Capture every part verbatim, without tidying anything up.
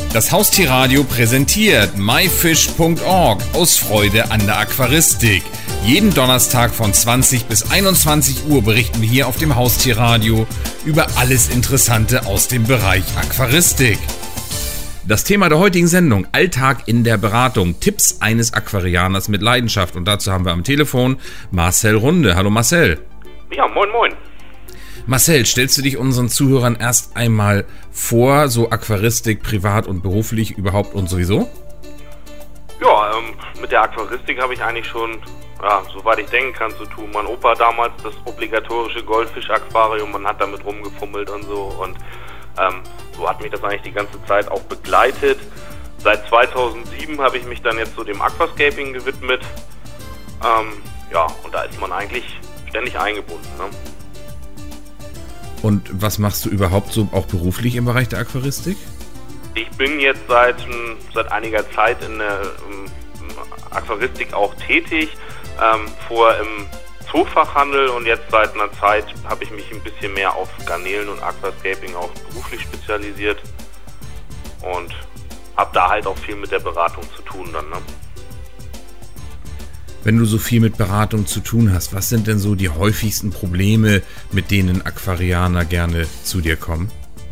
Das Haustierradio präsentiert myfish punkt org aus Freude an der Aquaristik. Jeden Donnerstag von zwanzig bis einundzwanzig Uhr berichten wir hier auf dem Haustierradio über alles Interessante aus dem Bereich Aquaristik. Das Thema der heutigen Sendung: Alltag in der Beratung, Tipps eines Aquarianers mit Leidenschaft. Und dazu haben wir am Telefon Marcel Runde. Hallo Marcel. Ja, moin moin. Marcel, stellst du dich unseren Zuhörern erst einmal vor, so Aquaristik privat und beruflich überhaupt und sowieso? Ja, ähm, mit der Aquaristik habe ich eigentlich schon, ja, soweit ich denken kann, zu tun. Mein Opa hat damals das obligatorische Goldfisch-Aquarium, man hat damit rumgefummelt und so. Und ähm, so hat mich das eigentlich die ganze Zeit auch begleitet. Seit zweitausendsieben habe ich mich dann jetzt so dem Aquascaping gewidmet. Ähm, ja, und da ist man eigentlich ständig eingebunden, ne? Und was machst du überhaupt so auch beruflich im Bereich der Aquaristik? Ich bin jetzt seit, seit einiger Zeit in der um, Aquaristik auch tätig, ähm, vorher im Zoofachhandel, und jetzt seit einer Zeit habe ich mich ein bisschen mehr auf Garnelen und Aquascaping auch beruflich spezialisiert und habe da halt auch viel mit der Beratung zu tun dann, ne? Wenn du so viel mit Beratung zu tun hast, was sind denn so die häufigsten Probleme, mit denen Aquarianer gerne zu dir kommen?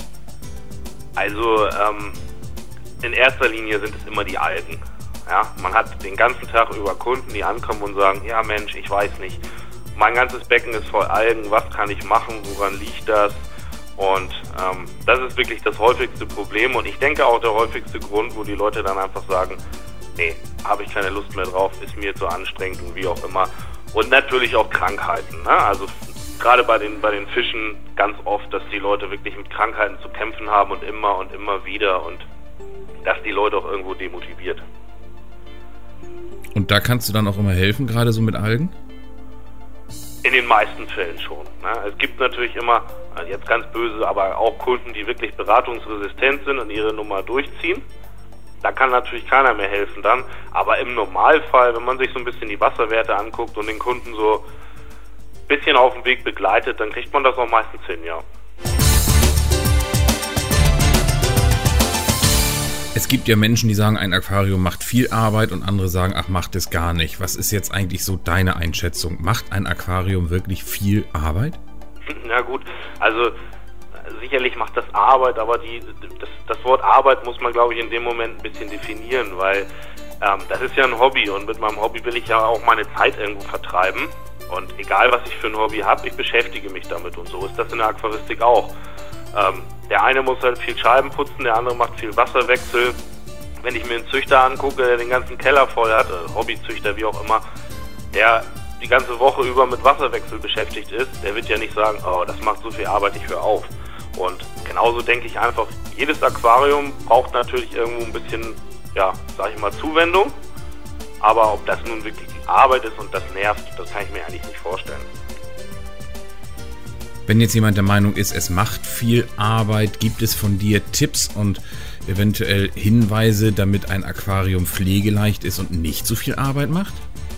Also ähm, in erster Linie sind es immer die Algen. Ja, man hat den ganzen Tag über Kunden, die ankommen und sagen, ja Mensch, ich weiß nicht, mein ganzes Becken ist voll Algen, was kann ich machen, woran liegt das? Und ähm, das ist wirklich das häufigste Problem, und ich denke auch der häufigste Grund, wo die Leute dann einfach sagen, nee, habe ich keine Lust mehr drauf, ist mir zu anstrengend und wie auch immer. Und natürlich auch Krankheiten, ne? Also gerade bei den, bei den Fischen ganz oft, dass die Leute wirklich mit Krankheiten zu kämpfen haben und immer und immer wieder, und das die Leute auch irgendwo demotiviert. Und da kannst du dann auch immer helfen, gerade so mit Algen? In den meisten Fällen schon, ne? Es gibt natürlich immer, jetzt ganz böse, aber auch Kunden, die wirklich beratungsresistent sind und ihre Nummer durchziehen. Da kann natürlich keiner mehr helfen dann, aber im Normalfall, wenn man sich so ein bisschen die Wasserwerte anguckt und den Kunden so ein bisschen auf dem Weg begleitet, dann kriegt man das auch meistens hin, ja. Es gibt ja Menschen, die sagen, ein Aquarium macht viel Arbeit, und andere sagen, ach, macht es gar nicht. Was ist jetzt eigentlich so deine Einschätzung? Macht ein Aquarium wirklich viel Arbeit? Na gut, also sicherlich macht das Arbeit, aber die, das, das Wort Arbeit muss man, glaube ich, in dem Moment ein bisschen definieren, weil ähm, das ist ja ein Hobby, und mit meinem Hobby will ich ja auch meine Zeit irgendwo vertreiben, und egal was ich für ein Hobby habe, ich beschäftige mich damit, und so ist das in der Aquaristik auch. Ähm, der eine muss halt viel Scheiben putzen, der andere macht viel Wasserwechsel. Wenn ich mir einen Züchter angucke, der den ganzen Keller voll hat, äh, Hobbyzüchter, wie auch immer, der die ganze Woche über mit Wasserwechsel beschäftigt ist, der wird ja nicht sagen, oh, das macht so viel Arbeit, ich höre auf. Und genauso denke ich einfach, jedes Aquarium braucht natürlich irgendwo ein bisschen, ja, sag ich mal, Zuwendung. Aber ob das nun wirklich die Arbeit ist und das nervt, das kann ich mir eigentlich nicht vorstellen. Wenn jetzt jemand der Meinung ist, es macht viel Arbeit, gibt es von dir Tipps und eventuell Hinweise, damit ein Aquarium pflegeleicht ist und nicht so viel Arbeit macht?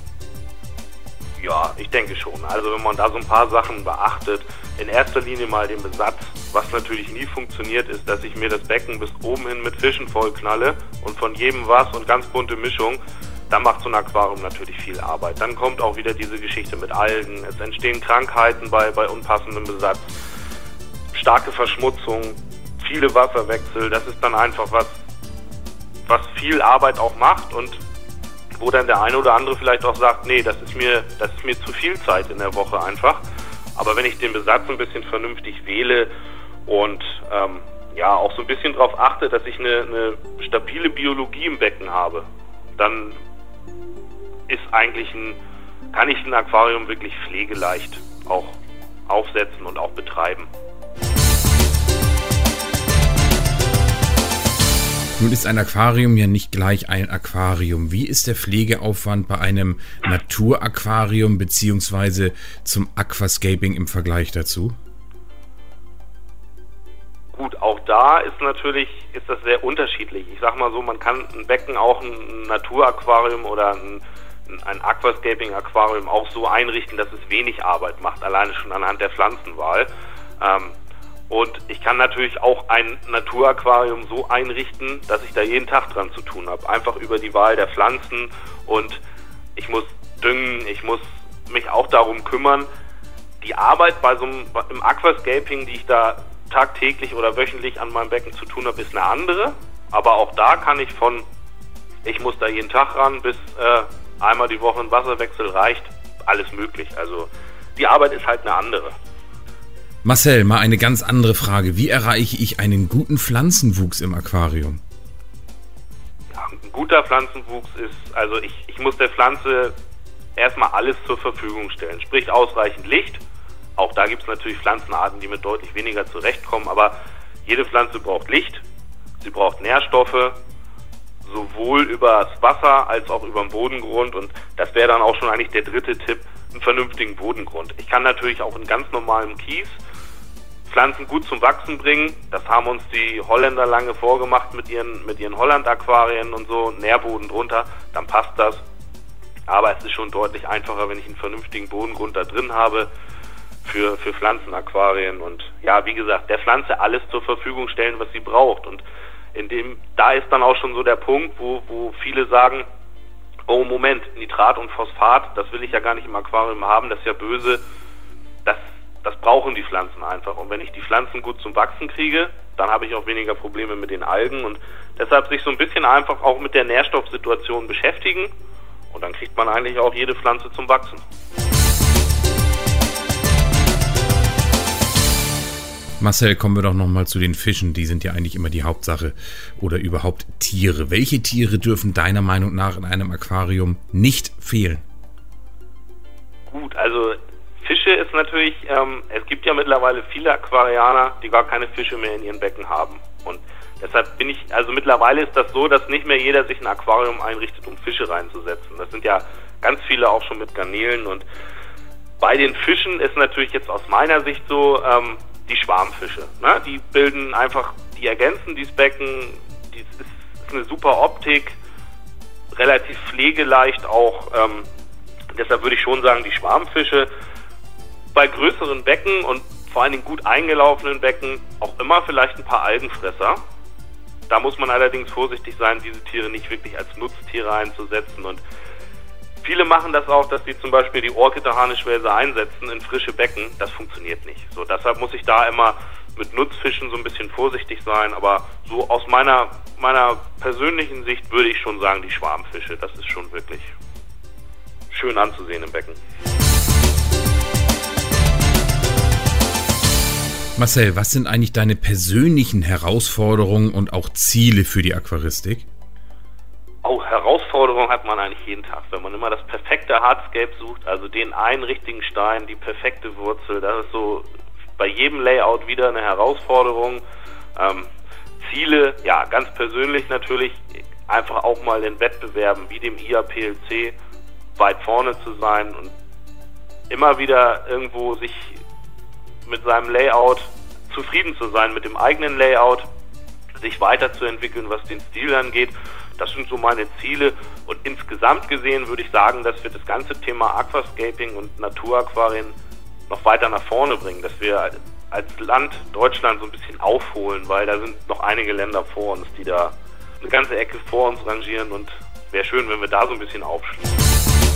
Ja, ich denke schon. Also wenn man da so ein paar Sachen beachtet, in erster Linie mal den Besatz. Was natürlich nie funktioniert, ist, dass ich mir das Becken bis oben hin mit Fischen vollknalle und von jedem was und ganz bunte Mischung. Da macht so ein Aquarium natürlich viel Arbeit. Dann kommt auch wieder diese Geschichte mit Algen. Es entstehen Krankheiten bei, bei unpassendem Besatz. Starke Verschmutzung, viele Wasserwechsel. Das ist dann einfach was, was viel Arbeit auch macht, und wo dann der eine oder andere vielleicht auch sagt, nee, das ist mir, das ist mir zu viel Zeit in der Woche einfach. Aber wenn ich den Besatz ein bisschen vernünftig wähle und ähm, ja auch so ein bisschen darauf achte, dass ich eine, eine stabile Biologie im Becken habe, dann ist eigentlich ein, kann ich ein Aquarium wirklich pflegeleicht auch aufsetzen und auch betreiben. Nun ist ein Aquarium ja nicht gleich ein Aquarium. Wie ist der Pflegeaufwand bei einem Naturaquarium beziehungsweise zum Aquascaping im Vergleich dazu? Gut, auch da ist natürlich, ist das sehr unterschiedlich. Ich sag mal so, man kann ein Becken, auch ein Naturaquarium oder ein, ein Aquascaping-Aquarium auch so einrichten, dass es wenig Arbeit macht, alleine schon anhand der Pflanzenwahl. Ähm, Und ich kann natürlich auch ein Naturaquarium so einrichten, dass ich da jeden Tag dran zu tun habe. Einfach über die Wahl der Pflanzen, und ich muss düngen, ich muss mich auch darum kümmern. Die Arbeit bei so einem im Aquascaping, die ich da tagtäglich oder wöchentlich an meinem Becken zu tun habe, ist eine andere. Aber auch da kann ich von, ich muss da jeden Tag ran, bis äh, einmal die Woche ein Wasserwechsel reicht, alles möglich. Also die Arbeit ist halt eine andere. Marcel, mal eine ganz andere Frage. Wie erreiche ich einen guten Pflanzenwuchs im Aquarium? Ja, ein guter Pflanzenwuchs ist, also ich, ich muss der Pflanze erstmal alles zur Verfügung stellen. Sprich ausreichend Licht. Auch da gibt es natürlich Pflanzenarten, die mit deutlich weniger zurechtkommen, aber jede Pflanze braucht Licht, sie braucht Nährstoffe, sowohl über das Wasser als auch über den Bodengrund, und das wäre dann auch schon eigentlich der dritte Tipp, einen vernünftigen Bodengrund. Ich kann natürlich auch in ganz normalem Kies Pflanzen gut zum Wachsen bringen. Das haben uns die Holländer lange vorgemacht mit ihren, mit ihren Holland-Aquarien und so, Nährboden drunter, dann passt das. Aber es ist schon deutlich einfacher, wenn ich einen vernünftigen Bodengrund da drin habe für, für Pflanzenaquarien. Und ja, wie gesagt, der Pflanze alles zur Verfügung stellen, was sie braucht. Und in dem, da ist dann auch schon so der Punkt, wo, wo viele sagen, oh Moment, Nitrat und Phosphat, das will ich ja gar nicht im Aquarium haben, das ist ja böse. Das, das brauchen die Pflanzen einfach. Und wenn ich die Pflanzen gut zum Wachsen kriege, dann habe ich auch weniger Probleme mit den Algen. Und deshalb sich so ein bisschen einfach auch mit der Nährstoffsituation beschäftigen. Und dann kriegt man eigentlich auch jede Pflanze zum Wachsen. Marcel, kommen wir doch nochmal zu den Fischen. Die sind ja eigentlich immer die Hauptsache, oder überhaupt Tiere. Welche Tiere dürfen deiner Meinung nach in einem Aquarium nicht fehlen? Gut, also Fische ist natürlich, ähm, es gibt ja mittlerweile viele Aquarianer, die gar keine Fische mehr in ihren Becken haben. Und deshalb bin ich, also mittlerweile ist das so, dass nicht mehr jeder sich ein Aquarium einrichtet, um Fische reinzusetzen. Das sind ja ganz viele auch schon mit Garnelen. Und bei den Fischen ist natürlich jetzt aus meiner Sicht so, ähm, die Schwarmfische, ne? Die bilden einfach, die ergänzen dieses Becken, die ist, ist eine super Optik, relativ pflegeleicht auch, ähm, deshalb würde ich schon sagen, die Schwarmfische. Bei größeren Becken und vor allen Dingen gut eingelaufenen Becken auch immer vielleicht ein paar Algenfresser. Da muss man allerdings vorsichtig sein, diese Tiere nicht wirklich als Nutztiere einzusetzen, und viele machen das auch, dass sie zum Beispiel die Orchid-Harnischwälse einsetzen in frische Becken. Das funktioniert nicht. So, deshalb muss ich da immer mit Nutzfischen so ein bisschen vorsichtig sein. Aber so aus meiner, meiner persönlichen Sicht würde ich schon sagen, die Schwarmfische, das ist schon wirklich schön anzusehen im Becken. Marcel, was sind eigentlich deine persönlichen Herausforderungen und auch Ziele für die Aquaristik? Oh, Herausforderungen hat man eigentlich jeden Tag, wenn man immer das perfekte Hardscape sucht, also den einen richtigen Stein, die perfekte Wurzel. Das ist so bei jedem Layout wieder eine Herausforderung. Ähm, Ziele, ja, ganz persönlich natürlich, einfach auch mal in Wettbewerben wie dem I A P L C weit vorne zu sein und immer wieder irgendwo sich mit seinem Layout zufrieden zu sein, mit dem eigenen Layout, sich weiterzuentwickeln, was den Stil angeht. Das sind so meine Ziele, und insgesamt gesehen würde ich sagen, dass wir das ganze Thema Aquascaping und Naturaquarien noch weiter nach vorne bringen, dass wir als Land Deutschland so ein bisschen aufholen, weil da sind noch einige Länder vor uns, die da eine ganze Ecke vor uns rangieren, und wäre schön, wenn wir da so ein bisschen aufschließen.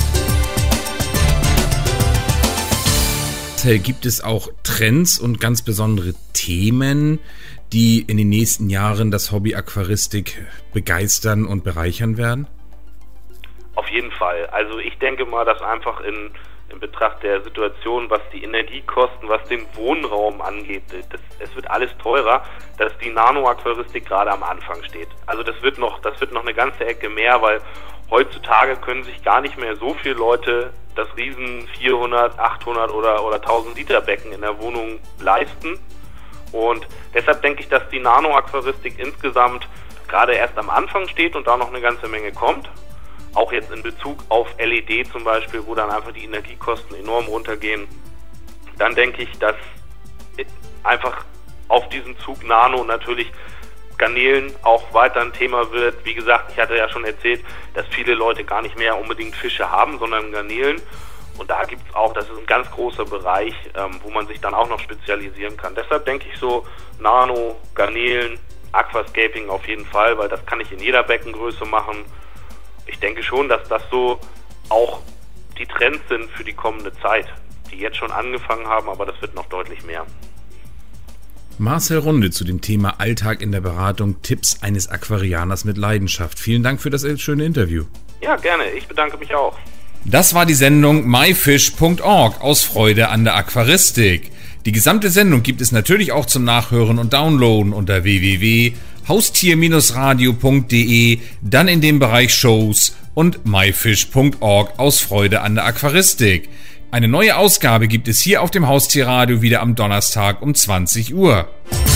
Gibt es auch Trends und ganz besondere Themen, die in den nächsten Jahren das Hobby Aquaristik begeistern und bereichern werden? Auf jeden Fall. Also ich denke mal, dass einfach in, in Betracht der Situation, was die Energiekosten, was den Wohnraum angeht, das, es wird alles teurer, dass die Nano-Aquaristik gerade am Anfang steht. Also das wird noch, das wird noch eine ganze Ecke mehr, weil heutzutage können sich gar nicht mehr so viele Leute das riesen vierhundert, achthundert oder, oder tausend Liter Becken in der Wohnung leisten. Und deshalb denke ich, dass die Nano-Aquaristik insgesamt gerade erst am Anfang steht und da noch eine ganze Menge kommt. Auch jetzt in Bezug auf L E D zum Beispiel, wo dann einfach die Energiekosten enorm runtergehen. Dann denke ich, dass einfach auf diesen Zug Nano natürlich Garnelen auch weiter ein Thema wird. Wie gesagt, ich hatte ja schon erzählt, dass viele Leute gar nicht mehr unbedingt Fische haben, sondern Garnelen. Und da gibt es auch, das ist ein ganz großer Bereich, ähm, wo man sich dann auch noch spezialisieren kann. Deshalb denke ich so, Nano, Garnelen, Aquascaping auf jeden Fall, weil das kann ich in jeder Beckengröße machen. Ich denke schon, dass das so auch die Trends sind für die kommende Zeit, die jetzt schon angefangen haben, aber das wird noch deutlich mehr. Marcel Runde zu dem Thema Alltag in der Beratung, Tipps eines Aquarianers mit Leidenschaft. Vielen Dank für das schöne Interview. Ja, gerne. Ich bedanke mich auch. Das war die Sendung my fish punkt org aus Freude an der Aquaristik. Die gesamte Sendung gibt es natürlich auch zum Nachhören und Downloaden unter w w w punkt haustier radio punkt de, dann in dem Bereich Shows und my fish punkt org aus Freude an der Aquaristik. Eine neue Ausgabe gibt es hier auf dem Haustierradio wieder am Donnerstag um zwanzig Uhr.